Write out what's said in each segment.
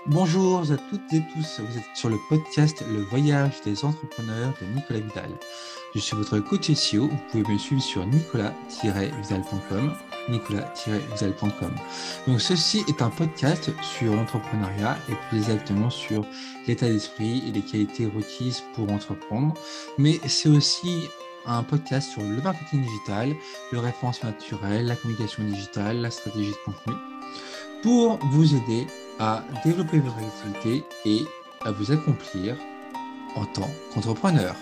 Bonjour à toutes et tous, vous êtes sur le podcast Le Voyage des entrepreneurs de Nicolas Vidal. Je suis votre coach SEO, vous pouvez me suivre sur nicolas-vidal.com, nicolas-vidal.com. Donc ceci est un podcast sur l'entrepreneuriat et plus exactement sur l'état d'esprit et les qualités requises pour entreprendre, mais c'est aussi un podcast sur le marketing digital, le référencement naturel, la communication digitale, la stratégie de contenu pour vous aider à développer votre activité et à vous accomplir en tant qu'entrepreneur.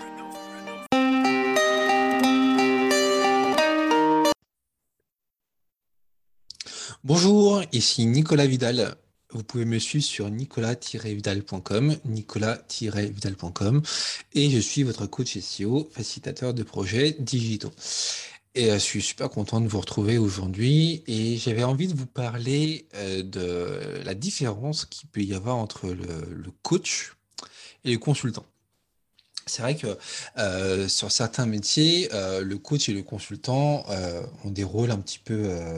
Bonjour, ici Nicolas Vidal. Vous pouvez me suivre sur nicolas-vidal.com, nicolas-vidal.com, et je suis votre coach SEO, facilitateur de projets digitaux. Et je suis super content de vous retrouver aujourd'hui et j'avais envie de vous parler de la différence qu'il peut y avoir entre le coach et le consultant. C'est vrai que sur certains métiers, le coach et le consultant ont des rôles un petit peu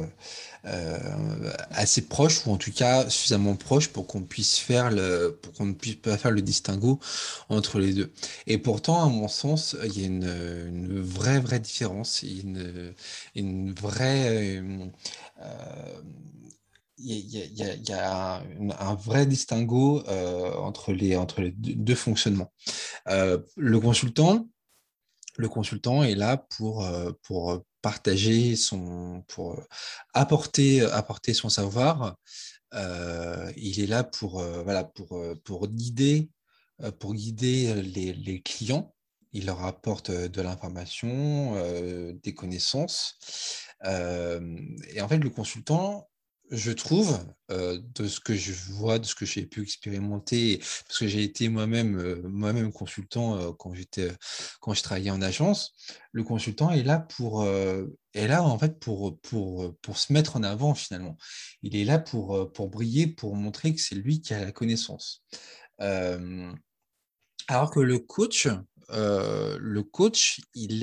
assez proches, ou en tout cas suffisamment proches pour pour qu'on ne puisse pas faire le distinguo entre les deux. Et pourtant, à mon sens, il y a une vraie différence, une vraie il y a un vrai distinguo entre les deux fonctionnements. Le consultant est là pour partager pour apporter son savoir. Il est là pour guider les clients. Il leur apporte de l'information, des connaissances. Et en fait, le consultant, je trouve, de ce que je vois, de ce que j'ai pu expérimenter, parce que j'ai été moi-même consultant quand je travaillais en agence, le consultant est là en fait pour se mettre en avant finalement. Il est là pour briller, pour montrer que c'est lui qui a la connaissance. Euh, alors que le coach,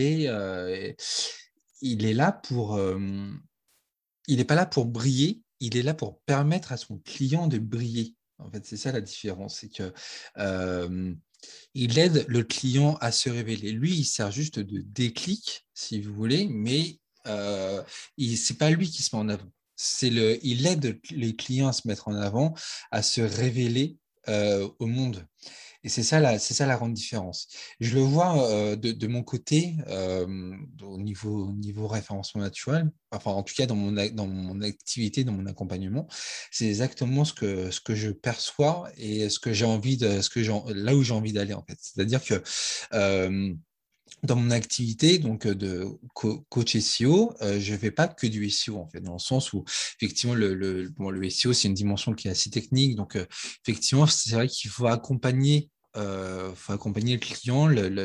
il est là il n'est pas là pour briller, il est là pour permettre à son client de briller. En fait, c'est ça la différence, c'est que euh, il aide le client à se révéler. Lui, il sert juste de déclic, si vous voulez, mais c'est pas lui qui se met en avant. Il aide les clients à se mettre en avant, à se révéler au monde. Et c'est ça la grande différence. Je le vois de mon côté au niveau référencement naturel, enfin en tout cas dans mon activité, dans mon accompagnement, c'est exactement ce que je perçois et ce que j'ai envie de, là où j'ai envie d'aller en fait. C'est-à-dire que euh, dans mon activité donc coach SEO, je fais pas que du SEO en fait, dans le sens où effectivement le SEO c'est une dimension qui est assez technique, donc effectivement c'est vrai qu'il faut accompagner le client,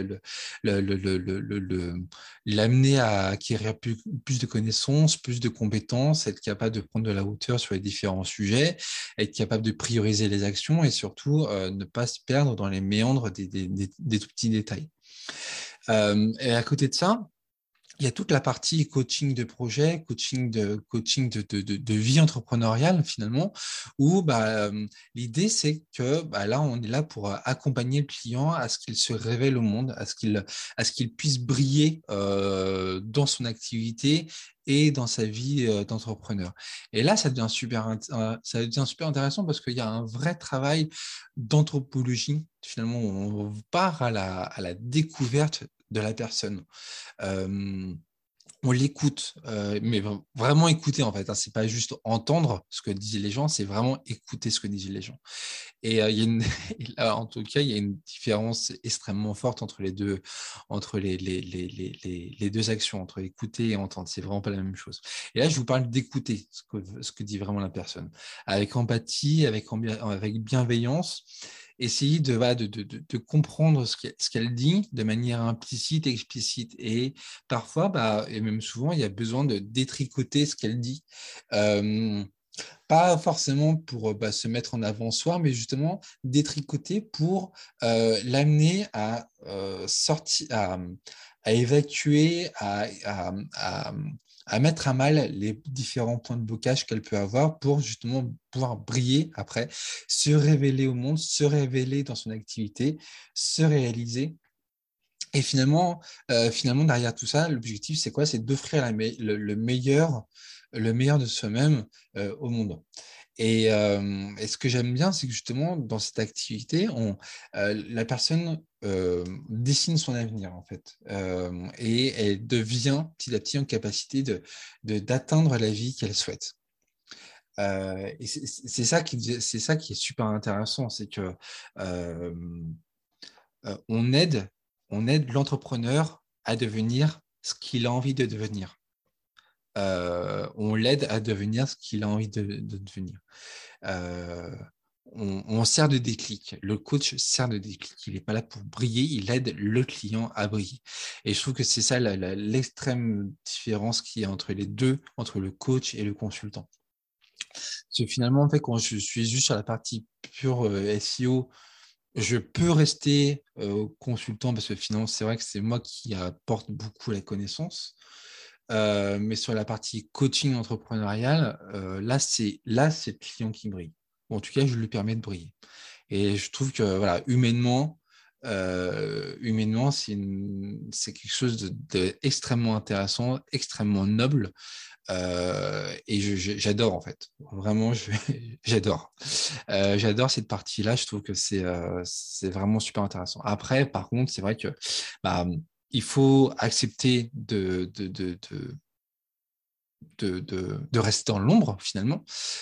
l'amener à acquérir plus de connaissances, plus de compétences, être capable de prendre de la hauteur sur les différents sujets, être capable de prioriser les actions et surtout ne pas se perdre dans les méandres des tout petits détails. Et à côté de ça, il y a toute la partie coaching de projet, coaching de vie entrepreneuriale finalement, où l'idée c'est que là on est là pour accompagner le client à ce qu'il se révèle au monde, à ce qu'il puisse briller dans son activité et dans sa vie d'entrepreneur. Et là, ça devient super intéressant parce qu'il y a un vrai travail d'anthropologie. Finalement, on part à la découverte de la personne. Euh, on l'écoute, mais vraiment écouter en fait. Hein, c'est pas juste entendre ce que disent les gens, c'est vraiment écouter ce que disent les gens. Et il y a là, en tout cas, il y a une différence extrêmement forte entre entre les deux actions, entre écouter et entendre. C'est vraiment pas la même chose. Et là, je vous parle d'écouter ce que dit vraiment la personne, avec empathie, avec bienveillance. Essayer de comprendre ce qu'elle dit de manière implicite, explicite. Et parfois, et même souvent, il y a besoin de détricoter ce qu'elle dit. Euh, Pas forcément pour se mettre en avant soi, mais justement détricoter pour l'amener à sortir, à évacuer, à mettre à mal les différents points de blocage qu'elle peut avoir pour justement pouvoir briller après, se révéler au monde, se révéler dans son activité, se réaliser. Et finalement, derrière tout ça, l'objectif, c'est quoi? C'est d'offrir le meilleur de soi-même au monde. Et ce que j'aime bien, c'est que justement, dans cette activité, la personne dessine son avenir, en fait. Et elle devient petit à petit en capacité d'atteindre la vie qu'elle souhaite. Et c'est ça qui est super intéressant, c'est que euh, euh, on aide, on aide l'entrepreneur à devenir ce qu'il a envie de devenir. On l'aide à devenir ce qu'il a envie de devenir. Euh, on sert de déclic. Le coach sert de déclic. Il n'est pas là pour briller, il aide le client à briller. Et je trouve que c'est ça l'extrême différence qu'il y a entre les deux, entre le coach et le consultant. Parce que finalement, en fait, quand je suis juste sur la partie pure SEO, je peux rester consultant parce que finalement, c'est vrai que c'est moi qui apporte beaucoup la connaissance. Mais sur la partie coaching entrepreneurial, là, c'est le client qui brille. Bon, en tout cas, je lui permets de briller. Et je trouve que voilà, humainement, c'est quelque chose d'extrêmement intéressant, extrêmement noble. Et j'adore en fait. Vraiment, j'adore. J'adore cette partie-là. Je trouve que c'est vraiment super intéressant. Après, par contre, c'est vrai que bah, il faut accepter de rester dans l'ombre finalement,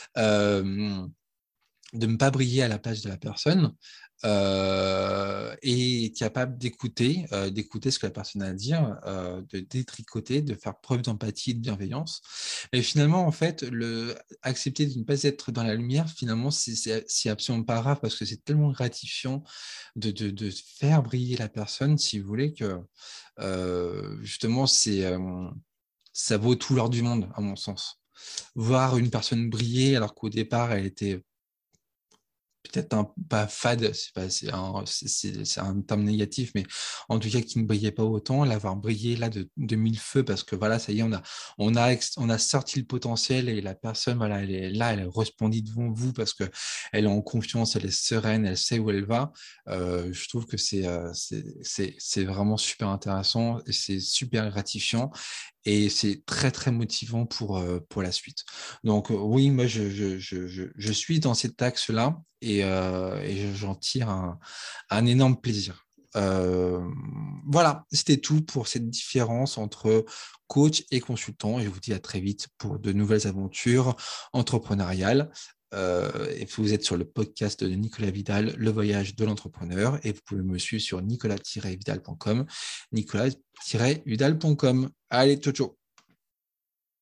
de ne pas briller à la place de la personne et être capable d'écouter ce que la personne a à dire, de détricoter, de faire preuve d'empathie et de bienveillance. Et finalement, en fait, accepter de ne pas être dans la lumière, finalement, c'est absolument pas grave parce que c'est tellement gratifiant de faire briller la personne, si vous voulez, que justement, ça vaut tout l'or du monde, à mon sens. Voir une personne briller alors qu'au départ, elle était peut-être pas fade, c'est un terme négatif, mais en tout cas qui ne brillait pas autant, l'avoir brillé là de mille feux parce que voilà, ça y est, on a sorti le potentiel et la personne, voilà, elle est là, elle est resplendie devant vous parce que elle est en confiance, elle est sereine, elle sait où elle va. Je trouve que c'est vraiment super intéressant et c'est super gratifiant et c'est très très motivant pour la suite. Donc oui, moi je suis dans cet axe-là et j'en tire un énorme plaisir. Voilà, c'était tout pour cette différence entre coach et consultant. Et je vous dis à très vite pour de nouvelles aventures entrepreneuriales. Et vous êtes sur le podcast de Nicolas Vidal, Le Voyage de l'entrepreneur. Et vous pouvez me suivre sur nicolas-vidal.com, nicolas-vidal.com. Allez, ciao, ciao.